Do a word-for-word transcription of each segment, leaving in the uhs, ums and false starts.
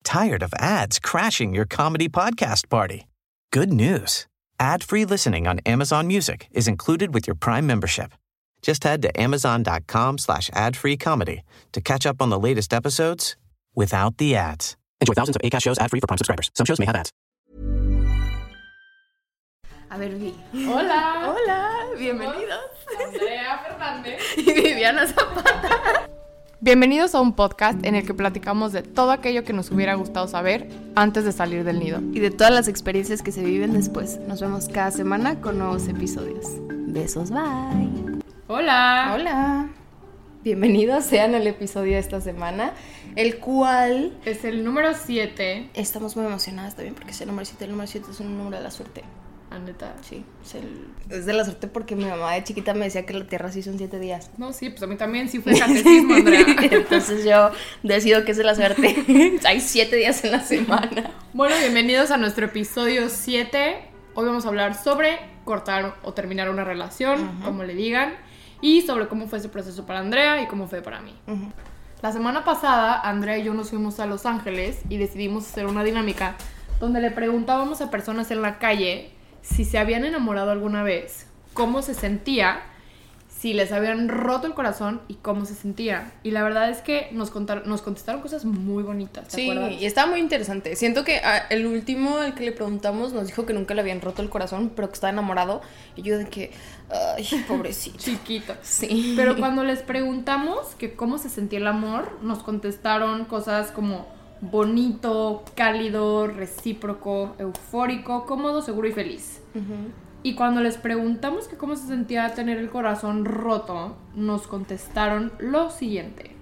tired of ads crashing your comedy podcast party? Good news. Ad-free listening on Amazon Music is included with your Prime membership. Just head to amazon.com slash ad-free comedy to catch up on the latest episodes without the ads. Enjoy thousands of Acast shows ad-free for Prime subscribers. Some shows may have ads. A ver, Vi. Hola. Hola, bienvenidos. Andrea Fernández y Viviana Zapata. Bienvenidos a un podcast en el que platicamos de todo aquello que nos hubiera gustado saber antes de salir del nido. Y de todas las experiencias que se viven después. Nos vemos cada semana con nuevos episodios. Besos, bye. Hola. Hola. Bienvenidos sean al episodio de esta semana, el cual es el número siete. Estamos muy emocionadas también porque es el número siete. El número siete es un número de la suerte. ¿Ah, neta? Sí, es, el, es de la suerte porque mi mamá de chiquita me decía que la Tierra sí son siete días. No, sí, pues a mí también sí fue catecismo, Andrea. Entonces yo decido que es de la suerte. Hay siete días en la semana. Bueno, bienvenidos a nuestro episodio siete. Hoy vamos a hablar sobre cortar o terminar una relación, uh-huh. como le digan, y sobre cómo fue ese proceso para Andrea y cómo fue para mí. Uh-huh. La semana pasada, Andrea y yo nos fuimos a Los Ángeles y decidimos hacer una dinámica donde le preguntábamos a personas en la calle si se habían enamorado alguna vez, cómo se sentía, si les habían roto el corazón y cómo se sentía. Y la verdad es que nos, contaron, nos contestaron cosas muy bonitas, ¿te sí, acuerdas? Sí, y estaba muy interesante. Siento que a, el último al que le preguntamos nos dijo que nunca le habían roto el corazón, pero que estaba enamorado. Y yo de que, ay, pobrecito. Chiquito. Sí. Pero cuando les preguntamos que cómo se sentía el amor, nos contestaron cosas como bonito, cálido, recíproco, eufórico, cómodo, seguro y feliz. Uh-huh. Y cuando les preguntamos que cómo se sentía tener el corazón roto, nos contestaron lo siguiente: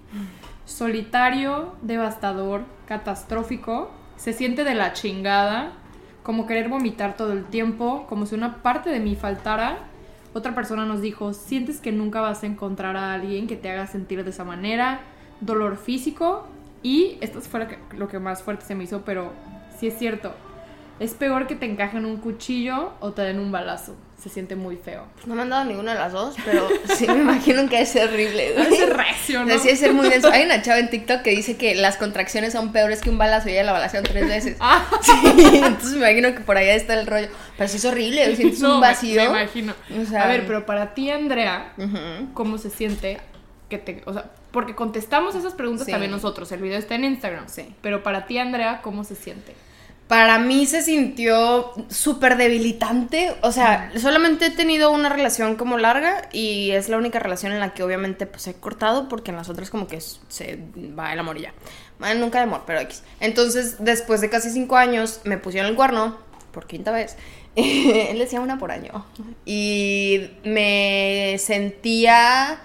solitario, devastador, catastrófico, se siente de la chingada, como querer vomitar todo el tiempo, como si una parte de mí faltara. Otra persona nos dijo: sientes que nunca vas a encontrar a alguien que te haga sentir de esa manera, dolor físico. Y esto fue lo que más fuerte se me hizo, pero sí es cierto. Es peor que te encajen un cuchillo o te den un balazo. Se siente muy feo. No me han dado ninguna de las dos, pero sí me imagino que es horrible. Es recio, ¿no? Sí, es ser muy denso. Hay una chava en TikTok que dice que las contracciones son peores que un balazo y ella la balacean tres veces. Ah. Sí, entonces me imagino que por allá está el rollo. Pero sí es horrible, sientes no, un vacío. Me, me imagino. O sea, a ver, pero para ti, Andrea, uh-huh. ¿cómo se siente que te... O sea, porque contestamos esas preguntas sí. también nosotros. El video está en Instagram. Sí. Pero para ti, Andrea, ¿cómo se siente? Para mí se sintió súper debilitante. O sea, mm. solamente he tenido una relación como larga y es la única relación en la que obviamente pues he cortado, porque en las otras como que se va el amor y ya. Bueno, nunca de amor, pero X. Entonces, después de casi cinco años, me pusieron el cuerno por quinta vez. Él decía una por año. Y me sentía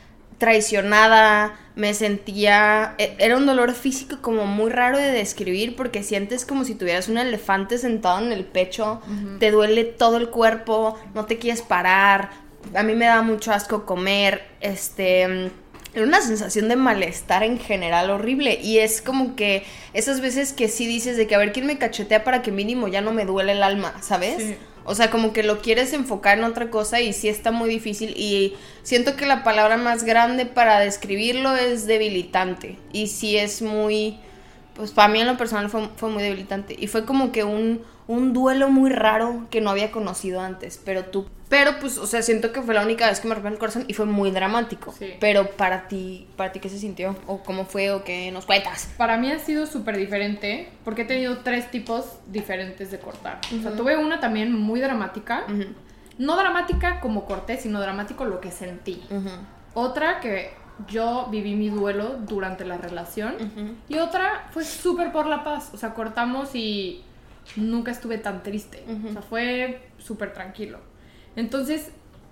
traicionada, me sentía... Era un dolor físico como muy raro de describir, porque sientes como si tuvieras un elefante sentado en el pecho, uh-huh. te duele todo el cuerpo, no te quieres parar, a mí me da mucho asco comer, este... Era una sensación de malestar en general horrible, y es como que esas veces que sí dices de que a ver quién me cachetea para que mínimo ya no me duele el alma, ¿sabes? Sí. O sea, como que lo quieres enfocar en otra cosa y sí está muy difícil, y siento que la palabra más grande para describirlo es debilitante, y sí es muy, pues para mí en lo personal fue, fue muy debilitante, y fue como que un, un duelo muy raro que no había conocido antes, pero tú, pero pues, o sea, siento que fue la única vez que me rompió el corazón y fue muy dramático, sí. Pero para ti, para ti, ¿qué se sintió? ¿O cómo fue? ¿O qué nos cuentas? Para mí ha sido súper diferente, porque he tenido tres tipos diferentes de cortar. Uh-huh. O sea, tuve una también muy dramática, uh-huh. no dramática como corté, sino dramático lo que sentí. Uh-huh. Otra que yo viví mi duelo durante la relación, uh-huh. y otra fue súper por la paz. O sea, cortamos y nunca estuve tan triste. Uh-huh. O sea, fue súper tranquilo. Entonces,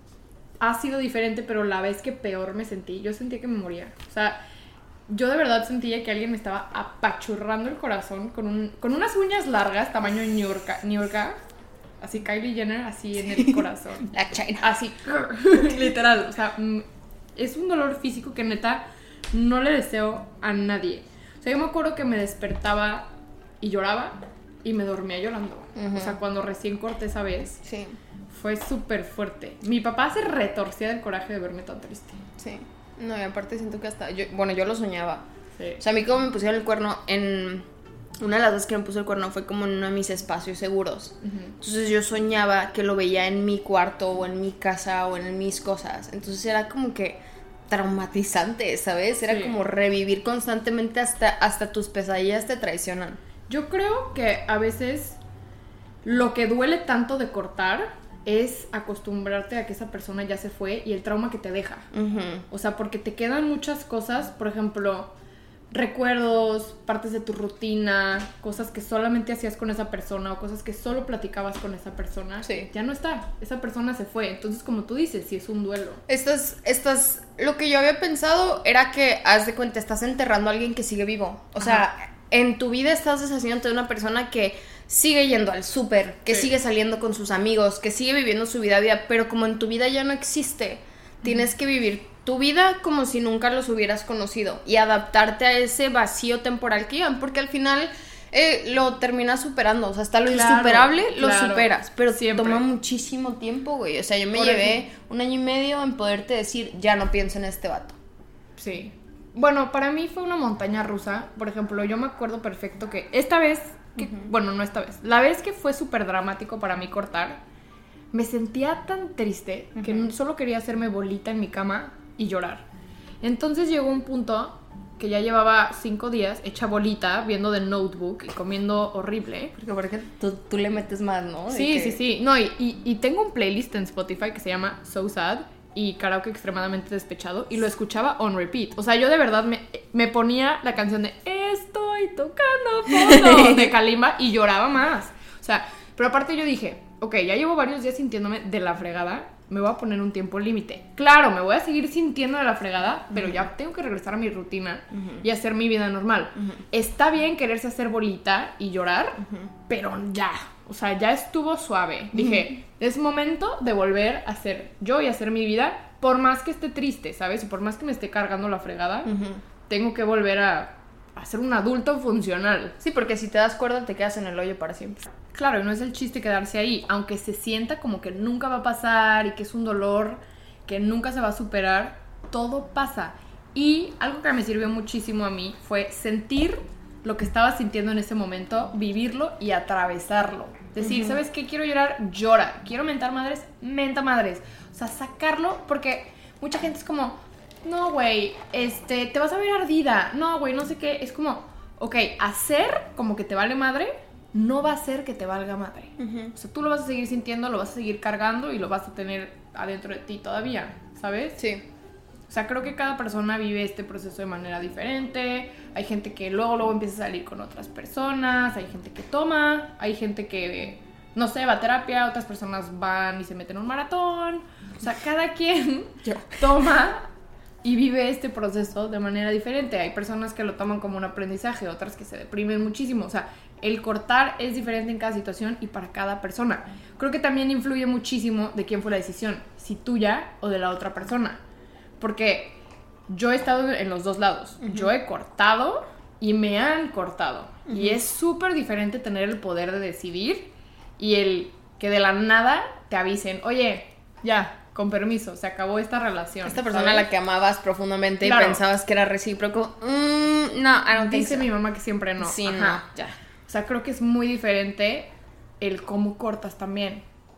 ha sido diferente, pero la vez que peor me sentí, yo sentía que me moría. O sea, yo de verdad sentía que alguien me estaba apachurrando el corazón con, un, con unas uñas largas, tamaño New York, New York, así Kylie Jenner, así en el corazón. Blac Chyna. Así, literal. O sea, es un dolor físico que neta no le deseo a nadie. O sea, yo me acuerdo que me despertaba y lloraba y me dormía llorando. Uh-huh. O sea, cuando recién corté esa vez. Sí. Fue súper fuerte. Mi papá se retorcía del coraje de verme tan triste. Sí. No, y aparte siento que hasta... Yo, bueno, yo lo soñaba. Sí. O sea, a mí como me pusieron el cuerno en... una de las veces que me puso el cuerno fue como en uno de mis espacios seguros. Uh-huh. Entonces yo soñaba que lo veía en mi cuarto o en mi casa o en mis cosas. Entonces era como que traumatizante, ¿sabes? Era sí. como revivir constantemente hasta, hasta tus pesadillas te traicionan. Yo creo que a veces lo que duele tanto de cortar es acostumbrarte a que esa persona ya se fue y el trauma que te deja. Uh-huh. O sea, porque te quedan muchas cosas, por ejemplo, recuerdos, partes de tu rutina, cosas que solamente hacías con esa persona o cosas que solo platicabas con esa persona. Sí. Ya no está, esa persona se fue. Entonces, como tú dices, sí es un duelo. Estas, estas, lo que yo había pensado era que, haz de cuenta, estás enterrando a alguien que sigue vivo. O Ajá. sea, en tu vida estás deshaciéndote de una persona que sigue yendo al súper, que sí. sigue saliendo con sus amigos, que sigue viviendo su vida a día, pero como en tu vida ya no existe, mm. tienes que vivir tu vida como si nunca los hubieras conocido y adaptarte a ese vacío temporal que llevan, porque al final eh, lo terminas superando, o sea, hasta lo claro, insuperable lo claro, superas, pero siempre. Toma muchísimo tiempo, güey, o sea, yo me Por llevé ejemplo. un año y medio en poderte decir, ya no pienso en este vato. Sí. Bueno, para mí fue una montaña rusa, por ejemplo, yo me acuerdo perfecto que esta vez, que, uh-huh. bueno, no esta vez, la vez que fue súper dramático para mí cortar, me sentía tan triste uh-huh. que solo quería hacerme bolita en mi cama y llorar. Entonces llegó un punto que ya llevaba cinco días hecha bolita, viendo The Notebook y comiendo horrible. Porque, porque tú, tú le metes más, ¿no? Sí, que... sí, sí. No, y, y, y tengo un playlist en Spotify que se llama So Sad y Karaoke Extremadamente Despechado y lo escuchaba on repeat. O sea, yo de verdad me, me ponía la canción de Estoy tocando fondo de Kalimba y lloraba más. O sea, pero aparte yo dije, ok, ya llevo varios días sintiéndome de la fregada, me voy a poner un tiempo límite. Claro, me voy a seguir sintiendo de la fregada, pero uh-huh. ya tengo que regresar a mi rutina uh-huh. y hacer mi vida normal. Uh-huh. Está bien quererse hacer bolita y llorar, uh-huh. pero ya, o sea, ya estuvo suave. Uh-huh. Dije, es momento de volver a ser yo y hacer mi vida, por más que esté triste, ¿sabes? Y por más que me esté cargando la fregada, uh-huh. tengo que volver a, a ser un adulto funcional. Sí, porque si te das cuerda te quedas en el hoyo para siempre. Claro, y no es el chiste quedarse ahí, aunque se sienta como que nunca va a pasar y que es un dolor que nunca se va a superar, todo pasa. Y algo que me sirvió muchísimo a mí fue sentir lo que estaba sintiendo en ese momento, vivirlo y atravesarlo. Decir, uh-huh. ¿sabes qué? Quiero llorar, llora. Quiero mentar madres, menta madres. O sea, sacarlo, porque mucha gente es como, no, güey, este, te vas a ver ardida. No, güey, no sé qué. Es como, ok, hacer como que te vale madre no va a ser que te valga madre. Uh-huh. O sea, tú lo vas a seguir sintiendo, lo vas a seguir cargando y lo vas a tener adentro de ti todavía, ¿sabes? Sí. O sea, creo que cada persona vive este proceso de manera diferente. Hay gente que luego, luego empieza a salir con otras personas. Hay gente que toma. Hay gente que, no sé, va a terapia. Otras personas van y se meten en un maratón. O sea, cada quien toma y vive este proceso de manera diferente. Hay personas que lo toman como un aprendizaje, otras que se deprimen muchísimo. O sea, el cortar es diferente en cada situación y para cada persona. Creo que también influye muchísimo de quién fue la decisión, si tuya o de la otra persona. Porque yo he estado en los dos lados. Uh-huh. Yo he cortado y me han cortado. Uh-huh. Y es súper diferente tener el poder de decidir y el que de la nada te avisen, oye, ya, con permiso, se acabó esta relación. Esta persona ¿sabes? A la que amabas profundamente claro. y pensabas que era recíproco. Mm, no, I don't think Dice so. Mi mamá que siempre no. Sí, Ajá. no, ya. O sea, creo que es muy diferente el cómo cortas también.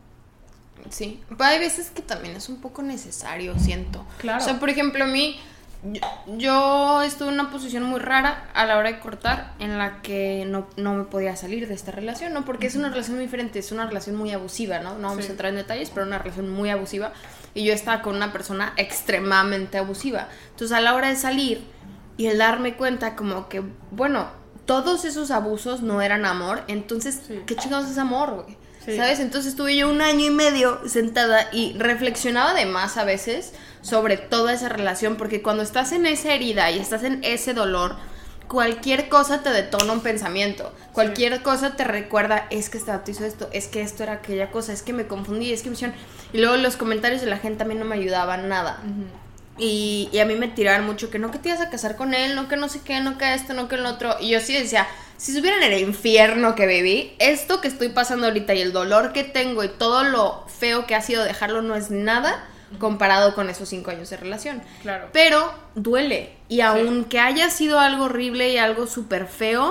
Sí, pero hay veces que también es un poco necesario, siento. Claro. O sea, por ejemplo, a mí, yo, yo estuve en una posición muy rara a la hora de cortar en la que no, no me podía salir de esta relación, ¿no? Porque uh-huh. es una relación muy diferente, es una relación muy abusiva, ¿no? No vamos sí. a entrar en detalles, pero una relación muy abusiva. Y yo estaba con una persona extremadamente abusiva. Entonces, a la hora de salir y el darme cuenta como que, bueno, todos esos abusos no eran amor, entonces, sí. ¿qué chingados es amor, güey? Sí. ¿Sabes? Entonces estuve yo un año y medio sentada y reflexionaba de más a veces sobre toda esa relación, porque cuando estás en esa herida y estás en ese dolor, cualquier cosa te detona un pensamiento, cualquier sí. cosa te recuerda, es que este vato hizo esto, es que esto era aquella cosa, es que me confundí, es que me hicieron... Y luego los comentarios de la gente también no me ayudaban nada. Uh-huh. Y, y a mí me tiraban mucho que no que te ibas a casar con él, no que no sé qué, no que esto, no que el otro. Y yo sí decía, si estuvieran en el infierno que viví, esto que estoy pasando ahorita y el dolor que tengo y todo lo feo que ha sido dejarlo no es nada comparado con esos cinco años de relación. Claro. Pero duele. Y aunque sí. haya sido algo horrible y algo súper feo,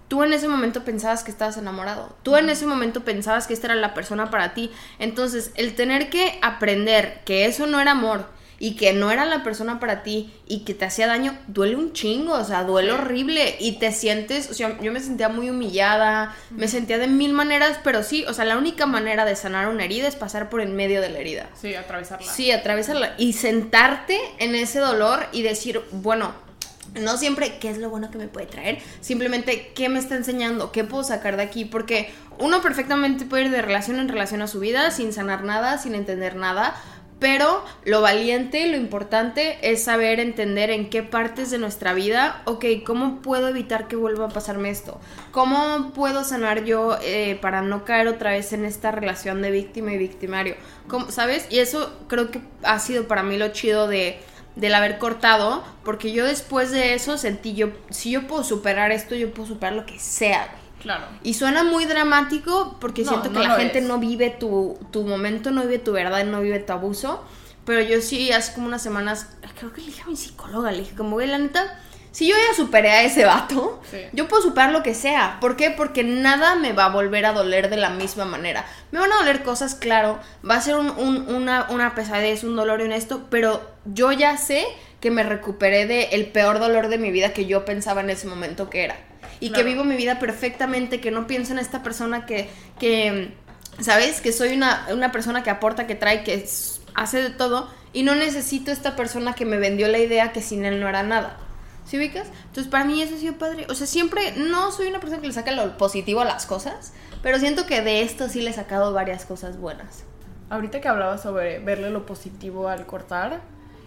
tú en ese momento pensabas que estabas enamorado. Tú en ese momento pensabas que esta era la persona para ti. Entonces, el tener que aprender que eso no era amor y que no era la persona para ti y que te hacía daño, duele un chingo, o sea, duele sí. horrible y te sientes, o sea, yo me sentía muy humillada, uh-huh. me sentía de mil maneras, pero sí, o sea, la única manera de sanar una herida es pasar por en medio de la herida. Sí, atravesarla. Sí, atravesarla y sentarte en ese dolor y decir, bueno, no siempre qué es lo bueno que me puede traer, simplemente qué me está enseñando, qué puedo sacar de aquí, porque uno perfectamente puede ir de relación en relación a su vida sin sanar nada, sin entender nada. Pero lo valiente, lo importante es saber entender en qué partes de nuestra vida, ok, ¿cómo puedo evitar que vuelva a pasarme esto? ¿Cómo puedo sanar yo eh, para no caer otra vez en esta relación de víctima y victimario? ¿Cómo, ¿sabes? Y eso creo que ha sido para mí lo chido de, del haber cortado, porque yo después de eso sentí, yo si yo puedo superar esto, yo puedo superar lo que sea. Claro. Y suena muy dramático porque no, siento que no la gente es. no vive tu, tu momento, no vive tu verdad, no vive tu abuso. Pero yo sí, hace como unas semanas, creo que le dije a mi psicóloga, le dije como, güey, la neta, si yo ya superé a ese vato, sí. yo puedo superar lo que sea. ¿Por qué? Porque nada me va a volver a doler de la misma manera. Me van a doler cosas, claro, va a ser un, un, una, una pesadez, un dolor y un esto, pero yo ya sé que me recuperé del peor dolor de mi vida que yo pensaba en ese momento que era. Y claro. que vivo mi vida perfectamente, que no pienso en esta persona que, que ¿sabes? Que soy una, una persona que aporta, que trae, que hace de todo. Y no necesito esta persona que me vendió la idea que sin él no era nada. ¿Sí ubicas? Entonces para mí eso ha sido padre. O sea, siempre no soy una persona que le saca lo positivo a las cosas, pero siento que de esto sí le he sacado varias cosas buenas. Ahorita que hablabas sobre verle lo positivo al cortar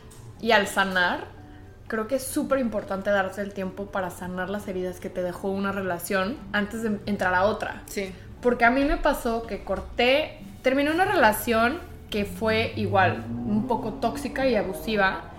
y al sanar, creo que es súper importante darse el tiempo para sanar las heridas que te dejó una relación antes de entrar a otra. Sí. Porque a mí me pasó que corté, terminé una relación que fue igual, un poco tóxica y abusiva.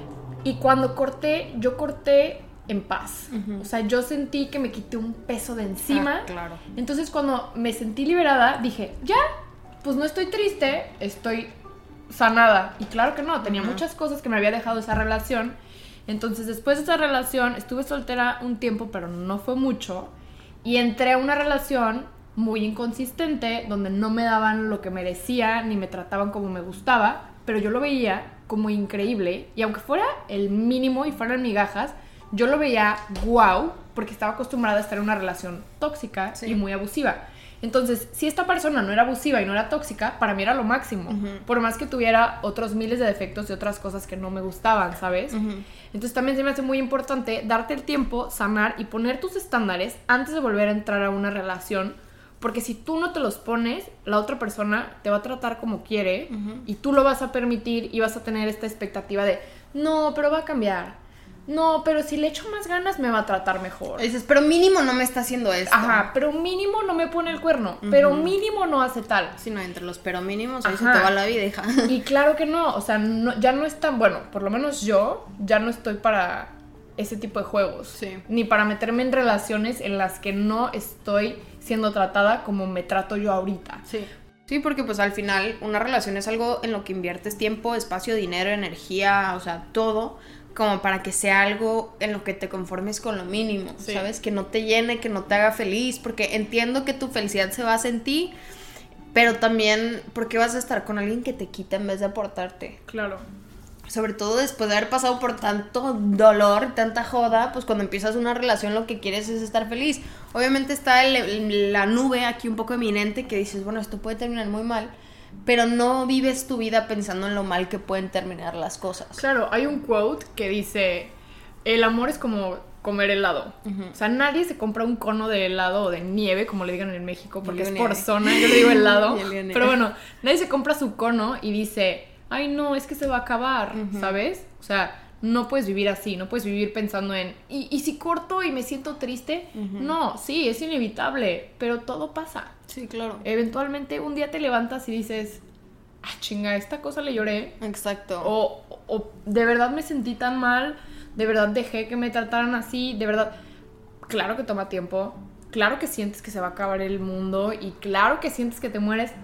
Y cuando corté, yo corté en paz. Uh-huh. O sea, yo sentí que me quité un peso de encima. Ah, claro. Entonces, cuando me sentí liberada, dije, ya, pues no estoy triste, estoy sanada. Y claro que no, tenía uh-huh. muchas cosas que me había dejado esa relación. Entonces, después de esa relación, estuve soltera un tiempo, pero no fue mucho. Y entré a una relación muy inconsistente, donde no me daban lo que merecía, ni me trataban como me gustaba, pero yo lo veía como increíble. Y aunque fuera el mínimo y fueran migajas, yo lo veía wow, porque estaba acostumbrada a estar en una relación tóxica sí. y muy abusiva. Entonces, si esta persona no era abusiva y no era tóxica, para mí era lo máximo. Uh-huh. Por más que tuviera otros miles de defectos y otras cosas que no me gustaban, ¿sabes? Uh-huh. Entonces, también se me hace muy importante darte el tiempo, sanar y poner tus estándares antes de volver a entrar a una relación. Porque si tú no te los pones, la otra persona te va a tratar como quiere uh-huh. y tú lo vas a permitir y vas a tener esta expectativa de no, pero va a cambiar. No, pero si le echo más ganas me va a tratar mejor. Y dices, pero mínimo no me está haciendo esto. Ajá, pero mínimo no me pone el cuerno. Uh-huh. Pero mínimo no hace tal. Sí, no, entre los pero mínimos ahí se te va la vida, hija. Y claro que no, o sea, no, ya no es tan bueno. Por lo menos yo ya no estoy para ese tipo de juegos. Sí. Ni para meterme en relaciones en las que no estoy siendo tratada como me trato yo ahorita. Sí. Sí, porque pues al final una relación es algo en lo que inviertes tiempo, espacio, dinero, energía, o sea, todo, como para que sea algo en lo que te conformes con lo mínimo, sí. ¿sabes? Que no te llene, que no te haga feliz, porque entiendo que tu felicidad se basa en ti, pero también porque vas a estar con alguien que te quita en vez de aportarte. Claro. Sobre todo después de haber pasado por tanto dolor, tanta joda, pues cuando empiezas una relación lo que quieres es estar feliz. Obviamente está el, la nube aquí un poco eminente que dices, bueno, esto puede terminar muy mal, pero no vives tu vida pensando en lo mal que pueden terminar las cosas. Claro, hay un quote que dice, el amor es como comer helado. Uh-huh. O sea, nadie se compra un cono de helado o de nieve, como le digan en México, porque es por zona, yo le digo helado. Pero bueno, nadie se compra su cono y dice, ay no, es que se va a acabar, uh-huh. ¿sabes? O sea, no puedes vivir así, no puedes vivir pensando en, ¿y, y si corto y me siento triste? Uh-huh. No, sí, es inevitable, pero todo pasa. Sí, claro. Eventualmente un día te levantas y dices, ah, chinga, esta cosa le lloré. Exacto. O, o de verdad me sentí tan mal, de verdad dejé que me trataran así, de verdad. Claro que toma tiempo, claro que sientes que se va a acabar el mundo y claro que sientes que te mueres,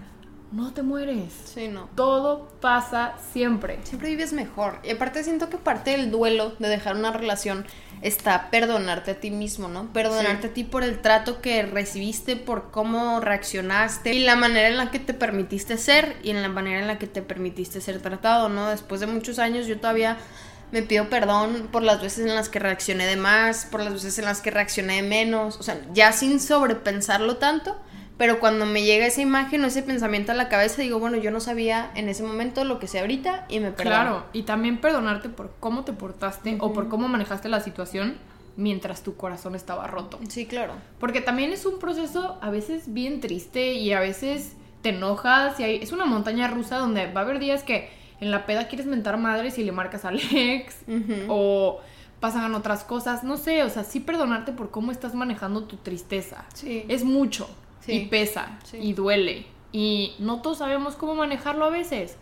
no te mueres. Sí, no. Todo pasa siempre. Siempre vives mejor. Y aparte siento que parte del duelo de dejar una relación está perdonarte a ti mismo, ¿no? Perdonarte sí. a ti por el trato que recibiste, por cómo reaccionaste y la manera en la que te permitiste ser y en la manera en la que te permitiste ser tratado, ¿no? Después de muchos años yo todavía me pido perdón por las veces en las que reaccioné de más, por las veces en las que reaccioné de menos, o sea, ya sin sobrepensarlo tanto. Pero cuando me llega esa imagen o ese pensamiento a la cabeza, digo, bueno, yo no sabía en ese momento lo que sé ahorita y me perdono. Claro, y también perdonarte por cómo te portaste uh-huh. o por cómo manejaste la situación mientras tu corazón estaba roto. Sí, claro. Porque también es un proceso a veces bien triste y a veces te enojas y hay, es una montaña rusa donde va a haber días que en la peda quieres mentar madres y le marcas al ex uh-huh. o pasan otras cosas, no sé, o sea, sí perdonarte por cómo estás manejando tu tristeza. Sí. Es mucho. Sí. Y pesa, sí. y duele. Y no todos sabemos cómo manejarlo a veces.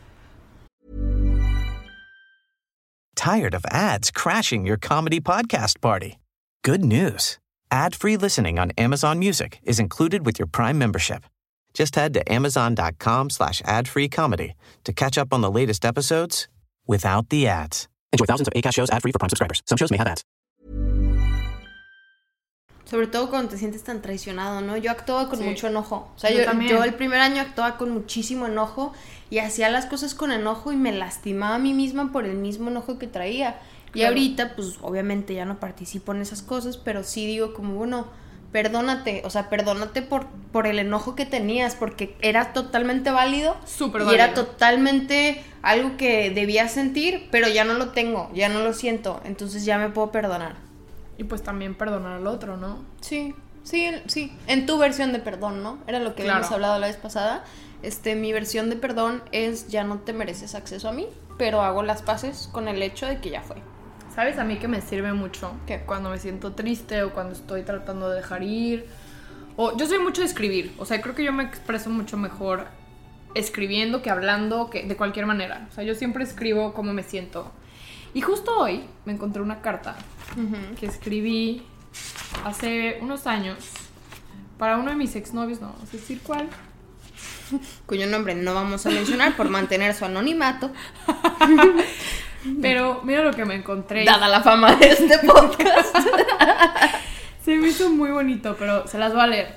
Tired of ads crashing your comedy podcast party? Good news. Ad-free listening on Amazon Music is included with your Prime membership. Just head to amazon.com slash ad-free comedy to catch up on the latest episodes without the ads. Enjoy thousands of Acast shows ad-free for Prime subscribers. Some shows may have ads. Sobre todo cuando te sientes tan traicionado, ¿no? Yo actuaba con sí. mucho enojo. O sea, yo, yo, yo el primer año actuaba con muchísimo enojo y hacía las cosas con enojo y me lastimaba a mí misma por el mismo enojo que traía. Claro. Y ahorita, pues, obviamente ya no participo en esas cosas, pero sí digo como, bueno, perdónate. O sea, perdónate por, por el enojo que tenías, porque era totalmente válido. Súper y válido. Era totalmente algo que debía sentir, pero ya no lo tengo, ya no lo siento. Entonces ya me puedo perdonar. Y pues también perdonar al otro, ¿no? Sí, sí, sí. En tu versión de perdón, ¿no? Era lo que claro. habíamos hablado la vez pasada. Este, mi versión de perdón es ya no te mereces acceso a mí, pero hago las paces con el hecho de que ya fue. ¿Sabes a mí que me sirve mucho? ¿Qué? Cuando me siento triste o cuando estoy tratando de dejar ir. O yo soy mucho de escribir. O sea, creo que yo me expreso mucho mejor escribiendo que hablando, que de cualquier manera. O sea, yo siempre escribo cómo me siento. Y justo hoy me encontré una carta uh-huh. que escribí hace unos años para uno de mis exnovios, no vamos a decir cuál, cuyo nombre no vamos a mencionar por mantener su anonimato. Pero mira lo que me encontré. Dada la fama de este podcast. Se me hizo muy bonito, pero se las voy a leer.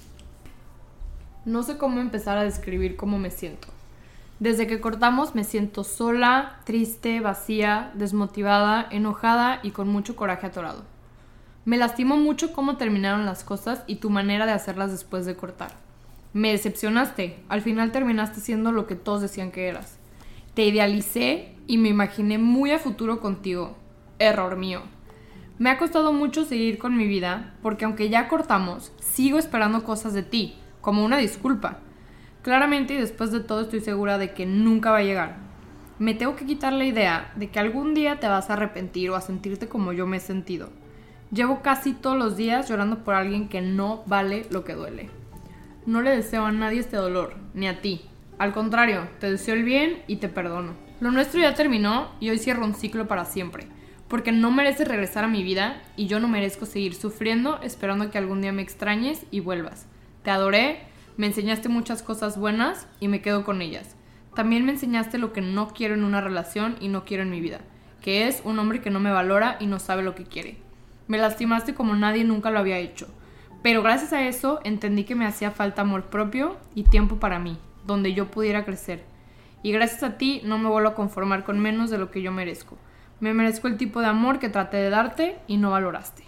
No sé cómo empezar a describir cómo me siento. Desde que cortamos me siento sola, triste, vacía, desmotivada, enojada y con mucho coraje atorado. Me lastimó mucho cómo terminaron las cosas y tu manera de hacerlas después de cortar. Me decepcionaste, al final terminaste siendo lo que todos decían que eras. Te idealicé y me imaginé muy a futuro contigo. Error mío. Me ha costado mucho seguir con mi vida porque aunque ya cortamos, sigo esperando cosas de ti, como una disculpa. Claramente y después de todo estoy segura de que nunca va a llegar. Me tengo que quitar la idea de que algún día te vas a arrepentir o a sentirte como yo me he sentido. Llevo casi todos los días llorando por alguien que no vale lo que duele. No le deseo a nadie este dolor, ni a ti. Al contrario, te deseo el bien y te perdono. Lo nuestro ya terminó y hoy cierro un ciclo para siempre. Porque no mereces regresar a mi vida y yo no merezco seguir sufriendo esperando que algún día me extrañes y vuelvas. Te adoré. Me enseñaste muchas cosas buenas y me quedo con ellas. También me enseñaste lo que no quiero en una relación y no quiero en mi vida, que es un hombre que no me valora y no sabe lo que quiere. Me lastimaste como nadie nunca lo había hecho, pero gracias a eso entendí que me hacía falta amor propio y tiempo para mí, donde yo pudiera crecer. Y gracias a ti no me vuelvo a conformar con menos de lo que yo merezco. Me merezco el tipo de amor que traté de darte y no valoraste.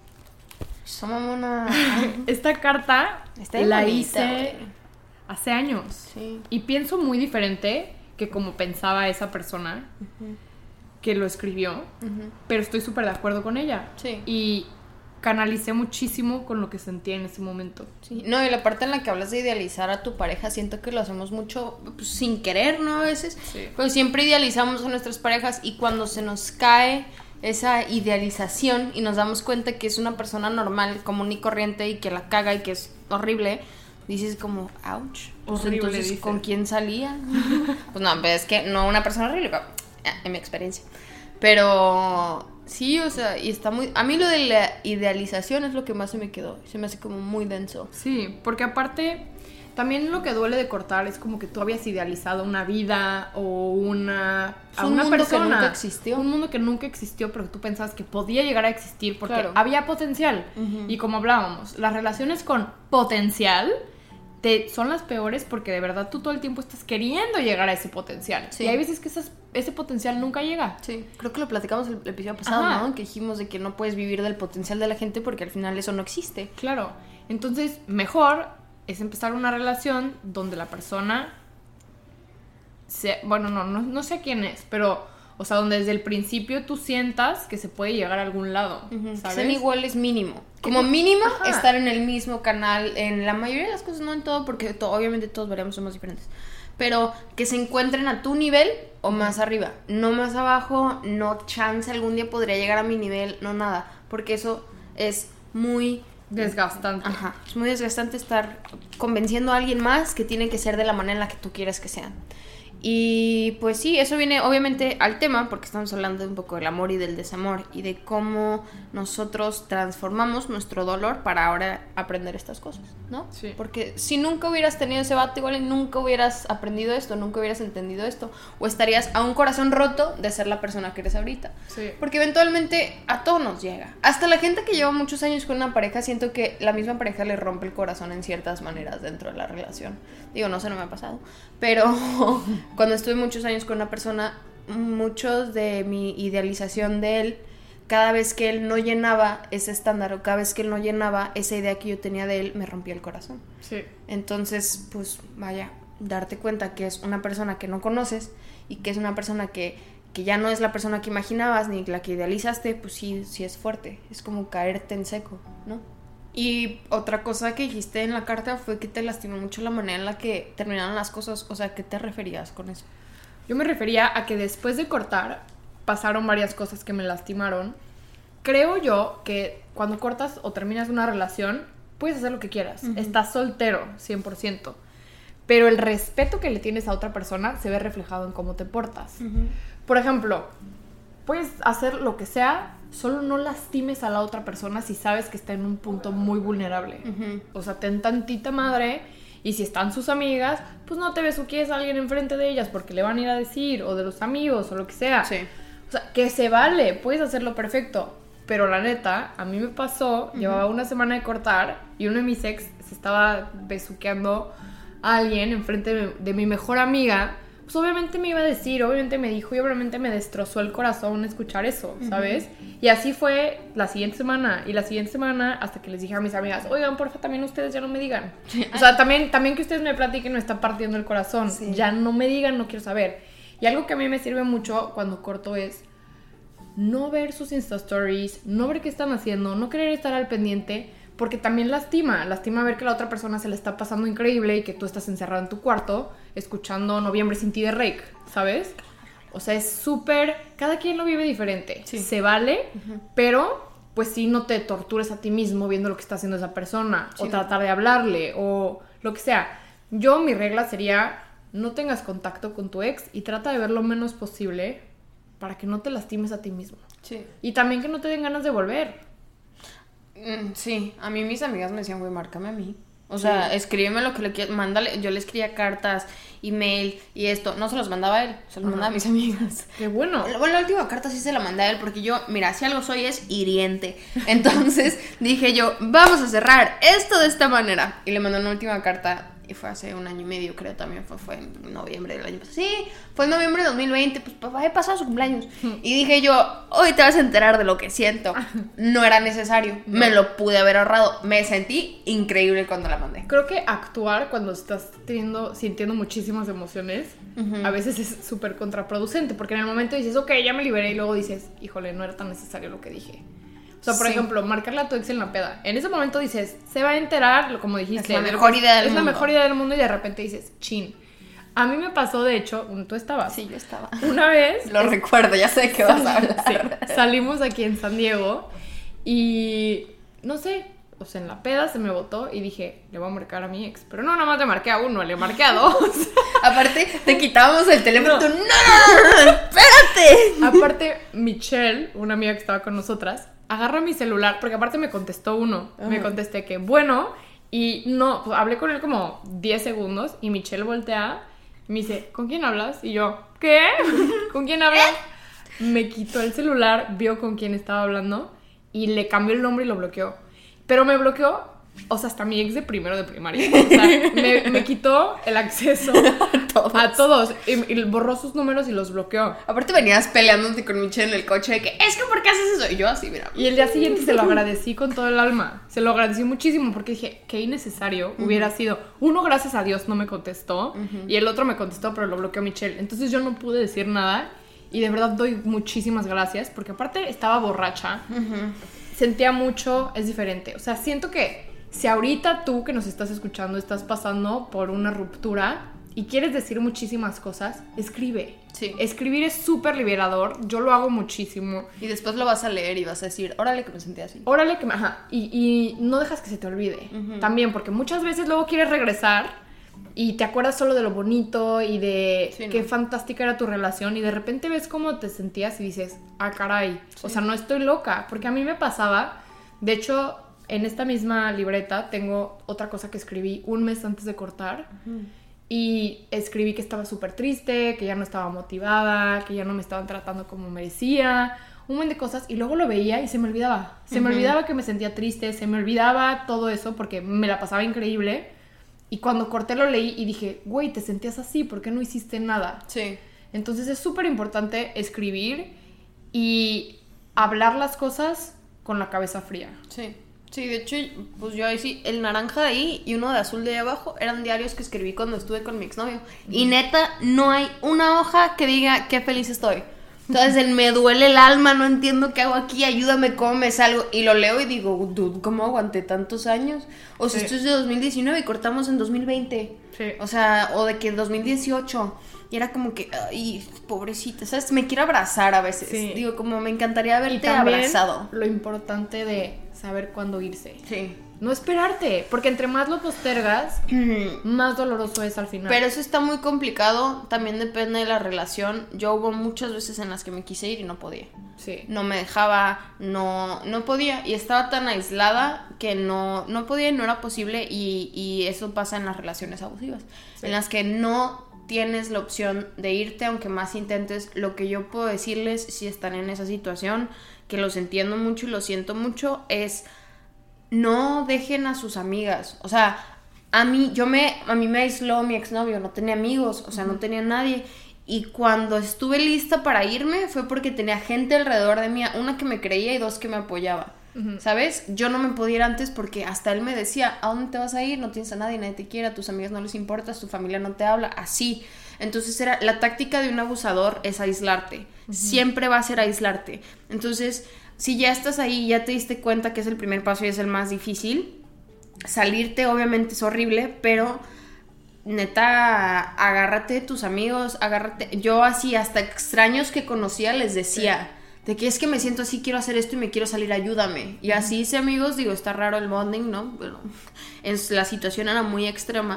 Somos una... Esta carta Está la bonita, hice güey. hace años. Sí. Y pienso muy diferente que como pensaba esa persona uh-huh. que lo escribió. Uh-huh. Pero estoy súper de acuerdo con ella. Sí. Y canalicé muchísimo con lo que sentía en ese momento. Sí. No, y la parte en la que hablas de idealizar a tu pareja, siento que lo hacemos mucho pues, sin querer, ¿no? A veces. Sí. Pero siempre idealizamos a nuestras parejas y cuando se nos cae esa idealización y nos damos cuenta que es una persona normal, común y corriente y que la caga y que es horrible, dices como, ouch, pues horrible, entonces, dice. ¿con quién salía? Pues no, pero es que no una persona horrible, pero, en mi experiencia. Pero Sí, o sea, y está muy... A mí lo de la idealización es lo que más se me quedó. Se me hace como muy denso. Sí, porque aparte, también lo que duele de cortar es como que tú habías idealizado una vida o una... Es a un una mundo persona. que nunca existió. Un mundo que nunca existió, pero tú pensabas que podía llegar a existir porque Claro. había potencial. Ujú. Y como hablábamos, las relaciones con potencial te, son las peores porque de verdad tú todo el tiempo estás queriendo llegar a ese potencial. Sí. Y hay veces que esas, ese potencial nunca llega. Sí, creo que lo platicamos el episodio pasado, Ajá. ¿no? Que dijimos de que no puedes vivir del potencial de la gente porque al final eso no existe. Claro. Entonces, mejor es empezar una relación donde la persona... Se, bueno, no, no, no sé quién es, pero... O sea, donde desde el principio tú sientas que se puede llegar a algún lado, Ujú. ¿sabes? Sean iguales mínimo. Que Como no- mínimo Ajá. estar en el mismo canal en la mayoría de las cosas, no en todo, porque to- obviamente todos variamos, somos diferentes. Pero que se encuentren a tu nivel o más arriba. No más abajo, no chance algún día podría llegar a mi nivel, no nada. Porque eso es muy... Desgastante. Ajá, es muy desgastante estar convenciendo a alguien más que tiene que ser de la manera en la que tú quieres que sean. Y pues sí, eso viene obviamente al tema porque estamos hablando un poco del amor y del desamor y de cómo nosotros transformamos nuestro dolor para ahora aprender estas cosas, ¿no? Sí. Porque si nunca hubieras tenido ese vato igual y nunca hubieras aprendido esto, nunca hubieras entendido esto, o estarías a un corazón roto de ser la persona que eres ahorita. Sí. Porque eventualmente a todos nos llega. Hasta la gente que lleva muchos años con una pareja, siento que la misma pareja le rompe el corazón en ciertas maneras dentro de la relación. Digo, no sé, no me ha pasado. Pero cuando estuve muchos años con una persona, muchos de mi idealización de él, cada vez que él no llenaba ese estándar o cada vez que él no llenaba esa idea que yo tenía de él, me rompía el corazón. Sí. Entonces, pues vaya, darte cuenta que es una persona que no conoces y que es una persona que, que ya no es la persona que imaginabas ni la que idealizaste, pues sí, sí es fuerte. Es como caerte en seco, ¿no? Y otra cosa que dijiste en la carta fue que te lastimó mucho la manera en la que terminaron las cosas. O sea, ¿qué te referías con eso? Yo me refería a que después de cortar pasaron varias cosas que me lastimaron. Creo yo que cuando cortas o terminas una relación puedes hacer lo que quieras. Uh-huh. Estás soltero, cien por ciento. Pero el respeto que le tienes a otra persona se ve reflejado en cómo te portas. Uh-huh. Por ejemplo, puedes hacer lo que sea, solo no lastimes a la otra persona si sabes que está en un punto muy vulnerable. Uh-huh. O sea, ten tantita madre. Y si están sus amigas, pues no te besuques a alguien enfrente de ellas porque le van a ir a decir, o de los amigos, o lo que sea. Sí. O sea, que se vale, puedes hacerlo perfecto. Pero la neta, a mí me pasó, uh-huh. llevaba una semana de cortar y uno de mis ex se estaba besuqueando a alguien enfrente de, de mi mejor amiga. Pues obviamente me iba a decir, obviamente me dijo y obviamente me destrozó el corazón escuchar eso, ¿sabes? Uh-huh. Y así fue la siguiente semana y la siguiente semana hasta que les dije a mis amigas, oigan, porfa, también ustedes ya no me digan. Sí. O sea, también, también que ustedes me platiquen me está partiendo el corazón. Sí. Ya no me digan, no quiero saber. Y algo que a mí me sirve mucho cuando corto es no ver sus Insta Stories, no ver qué están haciendo, no querer estar al pendiente, porque también lastima, lastima ver que la otra persona se le está pasando increíble y que tú estás encerrado en tu cuarto escuchando Noviembre sin ti de Rake, ¿sabes? O sea, es súper... Cada quien lo vive diferente. Sí. Se vale, uh-huh. pero pues sí no te tortures a ti mismo viendo lo que está haciendo esa persona, sí. o tratar de hablarle, o lo que sea. Yo, mi regla sería no tengas contacto con tu ex y trata de ver lo menos posible para que no te lastimes a ti mismo. Sí. Y también que no te den ganas de volver. Sí, a mí mis amigas me decían, güey, márcame a mí. O sea, sí. escríbeme lo que le quieras, mándale. Yo le escribía cartas, email y esto. No se los mandaba a él, se los uh-huh. mandaba a mis amigas. ¡Qué bueno! Bueno, la última carta sí se la mandé a él porque yo, mira, si algo soy es hiriente. Entonces dije yo, vamos a cerrar esto de esta manera. Y le mandé una última carta y fue hace un año y medio, creo también. Fue, fue en noviembre del año pasado. Sí, fue en noviembre de dos mil veinte, pues papá, he pasado su cumpleaños. Y dije yo, hoy te vas a enterar de lo que siento. No era necesario, no. Me lo pude haber ahorrado. Me sentí increíble cuando la mandé. Creo que actuar cuando estás teniendo, sintiendo muchísimas emociones, uh-huh. a veces es súper contraproducente, porque en el momento dices, ok, ya me liberé, y luego dices, híjole, no era tan necesario lo que dije. O sea, por sí. ejemplo, marcarle a tu ex en la peda. En ese momento dices, se va a enterar, como dijiste. Es la mejor idea del es mundo. Es la mejor idea del mundo y de repente dices, chin. A mí me pasó, de hecho, tú estabas. Sí, yo estaba. Una vez. Lo es, recuerdo, ya sé de qué vas a hablar. Sí, salimos aquí en San Diego y no sé, O sea, en la peda se me botó y dije, le voy a marcar a mi ex. Pero no, nada más le marqué a uno, le marqué a dos. Aparte, te quitábamos el teléfono. No, tú, no, no, no, espérate. Aparte, Michelle, una amiga que estaba con nosotras, agarra mi celular, porque aparte me contestó uno. Ajá. Me contesté que, bueno, y no, pues, hablé con él como diez segundos y Michelle voltea y me dice, ¿con quién hablas? Y yo, ¿qué? ¿Con quién hablas? Me quitó el celular, vio con quién estaba hablando y le cambió el nombre y lo bloqueó. Pero me bloqueó, o sea, hasta mi ex de primero de primaria. O sea, me, me quitó el acceso todos. a todos. Y, y borró sus números y los bloqueó. Aparte venías peleándote con Michelle en el coche de que, es que ¿por qué haces eso? Y yo así, mira. Y el día siguiente se lo agradecí con todo el alma. Se lo agradecí muchísimo porque dije, qué innecesario uh-huh. hubiera sido. Uno, gracias a Dios, no me contestó. Uh-huh. Y el otro me contestó, pero lo bloqueó Michelle. Entonces yo no pude decir nada. Y de verdad doy muchísimas gracias. Porque aparte estaba borracha. Uh-huh. Sentía mucho, es diferente. O sea, siento que si ahorita tú que nos estás escuchando estás pasando por una ruptura y quieres decir muchísimas cosas, escribe. Sí. Escribir es súper liberador. Yo lo hago muchísimo. Y después lo vas a leer y vas a decir, órale que me sentí así. Órale que me... Ajá. Y, y no dejas que se te olvide. Uh-huh. También, porque muchas veces luego quieres regresar y te acuerdas solo de lo bonito y de sí, ¿no? qué fantástica era tu relación y de repente ves cómo te sentías y dices, ah, caray, sí. o sea, no estoy loca. Porque a mí me pasaba, de hecho, en esta misma libreta tengo otra cosa que escribí un mes antes de cortar uh-huh. y escribí que estaba súper triste, que ya no estaba motivada, que ya no me estaban tratando como merecía, un montón de cosas, y luego lo veía y se me olvidaba. Se uh-huh. me olvidaba que me sentía triste, se me olvidaba todo eso porque me la pasaba increíble. Y cuando corté lo leí y dije, güey, te sentías así, ¿por qué no hiciste nada? Sí. Entonces es súper importante escribir y hablar las cosas con la cabeza fría. Sí. Sí, de hecho, pues yo ahí sí, el naranja de ahí y uno de azul de ahí abajo eran diarios que escribí cuando estuve con mi exnovio. Mm. Y neta, no hay una hoja que diga qué feliz estoy. Entonces, me duele el alma, no entiendo qué hago aquí, ayúdame, cómo me salgo. Y lo leo y digo, dude, ¿cómo aguanté tantos años? O sea, sí. esto es de dos mil diecinueve y cortamos en dos mil veinte. Sí. O sea, o de que en dos mil dieciocho. Y era como que, ay, pobrecita, ¿sabes? Me quiero abrazar a veces. Sí. Digo, como me encantaría haberte y también abrazado. Lo importante de saber cuándo irse. Sí. No esperarte, porque entre más lo postergas, mm. más doloroso es al final. Pero eso está muy complicado, también depende de la relación. Yo hubo muchas veces en las que me quise ir y no podía. Sí. No me dejaba, no, no podía. Y estaba tan aislada que no, no podía y no era posible. Y, y eso pasa en las relaciones abusivas. Sí. En las que no tienes la opción de irte, aunque más intentes. Lo que yo puedo decirles, si están en esa situación, que los entiendo mucho y lo siento mucho, es... no dejen a sus amigas. O sea, a mí, yo me, a mí me aisló mi exnovio, no tenía amigos, o sea, no tenía nadie. Y cuando estuve lista para irme fue porque tenía gente alrededor de mí, una que me creía y dos que me apoyaba. Uh-huh. ¿Sabes? Yo no me podía ir antes porque hasta él me decía, ¿a dónde te vas a ir? No tienes a nadie, nadie te quiere, a tus amigos no les importas, tu familia no te habla, así. Entonces era, la táctica de un abusador es aislarte. Uh-huh. Siempre va a ser aislarte. Entonces... si ya estás ahí, ya te diste cuenta que es el primer paso y es el más difícil, salirte obviamente es horrible, pero neta, agárrate de tus amigos, agárrate. Yo así, hasta extraños que conocía les decía, sí. de que es que me siento así, quiero hacer esto y me quiero salir, ayúdame. Y así hice amigos, digo, está raro el bonding, ¿no? Pero en la situación era muy extrema.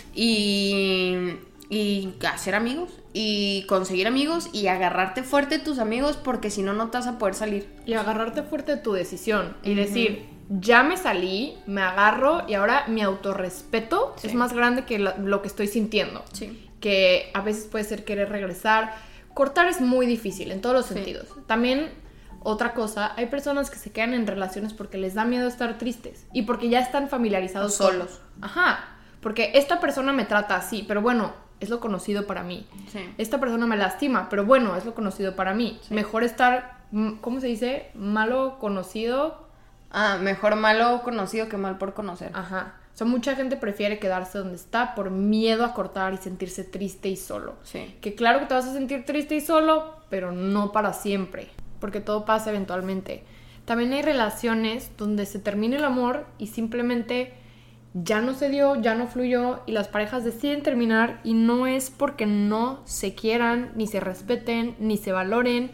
Y... y hacer amigos y conseguir amigos y agarrarte fuerte de tus amigos porque si no, no te vas a poder salir. Y agarrarte fuerte de tu decisión y uh-huh. decir, ya me salí, me agarro y ahora mi autorrespeto sí. es más grande que lo, lo que estoy sintiendo. Sí. Que a veces puede ser querer regresar. Cortar es muy difícil en todos los sí. sentidos. También, otra cosa, hay personas que se quedan en relaciones porque les da miedo estar tristes y porque ya están familiarizados solos. solos. Ajá, porque esta persona me trata así, pero bueno... es lo conocido para mí. Sí. Esta persona me lastima, pero bueno, es lo conocido para mí. Sí. Mejor estar, ¿cómo se dice? Malo conocido. Ah, mejor malo conocido que mal por conocer. Ajá. O sea, mucha gente prefiere quedarse donde está por miedo a cortar y sentirse triste y solo. Sí. Que claro que te vas a sentir triste y solo, pero no para siempre, porque todo pasa eventualmente. También hay relaciones donde se termina el amor y simplemente... ya no se dio, ya no fluyó y las parejas deciden terminar y no es porque no se quieran, ni se respeten, ni se valoren,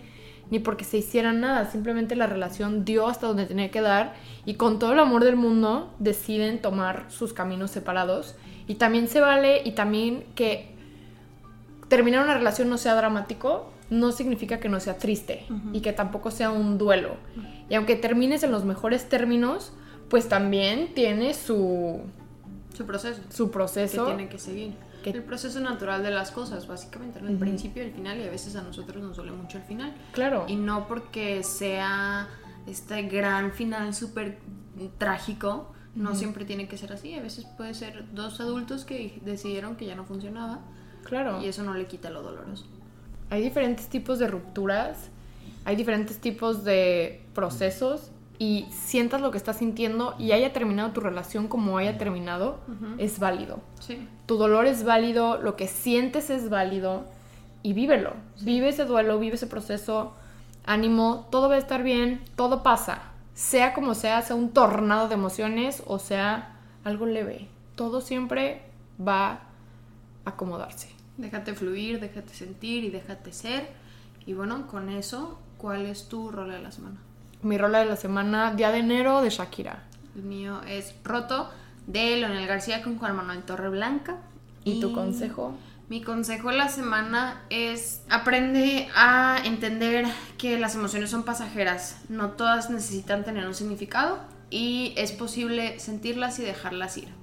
ni porque se hiciera nada, simplemente la relación dio hasta donde tenía que dar y con todo el amor del mundo deciden tomar sus caminos separados. Y también se vale, y también que terminar una relación no sea dramático, no significa que no sea triste, uh-huh. y que tampoco sea un duelo. Uh-huh. Y aunque termines en los mejores términos, pues también tiene su... Su proceso. Su proceso. Que tiene que seguir. Que... El proceso natural de las cosas, básicamente, ¿no? El uh-huh. principio y el final, y a veces a nosotros nos duele mucho el final. Claro. Y no porque sea este gran final súper trágico, uh-huh. no siempre tiene que ser así. A veces puede ser dos adultos que decidieron que ya no funcionaba. Claro. Y eso no le quita lo doloroso. Hay diferentes tipos de rupturas, hay diferentes tipos de procesos, y sientas lo que estás sintiendo y haya terminado tu relación como haya terminado, uh-huh. es válido. Sí. Tu dolor es válido, lo que sientes es válido, y vívelo. Sí. Vive ese duelo, vive ese proceso. Ánimo, todo va a estar bien, todo pasa. Sea como sea, sea un tornado de emociones o sea algo leve. Todo siempre va a acomodarse. Déjate fluir, déjate sentir y déjate ser. Y bueno, con eso, ¿cuál es tu rola de la semana? Mi rola de la semana, Día de Enero, de Shakira. El mío es Roto, de Leonel García con Juan Manuel Torreblanca. ¿Y, ¿Y tu consejo? Mi consejo de la semana es: aprende a entender que las emociones son pasajeras. No todas necesitan tener un significado y es posible sentirlas y dejarlas ir.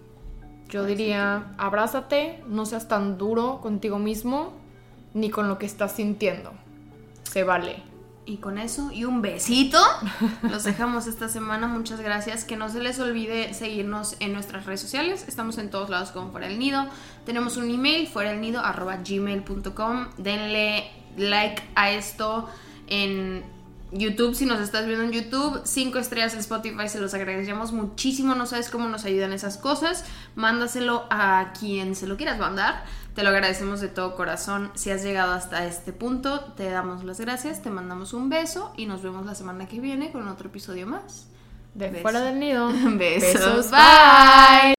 Yo diría, abrázate, no seas tan duro contigo mismo ni con lo que estás sintiendo. Se vale. Y con eso, y un besito, los dejamos esta semana. Muchas gracias. Que no se les olvide seguirnos en nuestras redes sociales. Estamos en todos lados como Fuera del Nido. Tenemos un email, fuera del nido arroba gmail punto com. Denle like a esto en YouTube, si nos estás viendo en YouTube. Cinco estrellas en Spotify, se los agradecemos muchísimo. No sabes cómo nos ayudan esas cosas. Mándaselo a quien se lo quieras mandar. Te lo agradecemos de todo corazón. Si has llegado hasta este punto, te damos las gracias, te mandamos un beso y nos vemos la semana que viene con otro episodio más de Beso. Fuera del Nido. Besos. Besos. Bye.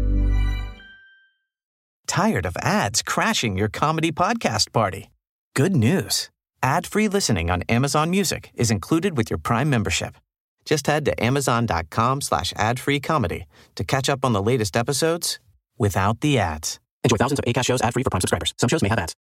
Tired of ads crashing your comedy podcast party? Good news. Ad-free listening on Amazon Music is included with your Prime membership. Just head to amazon.com slash ad-free comedy to catch up on the latest episodes without the ads. Enjoy thousands of Acast shows ad-free for Prime subscribers. Some shows may have ads.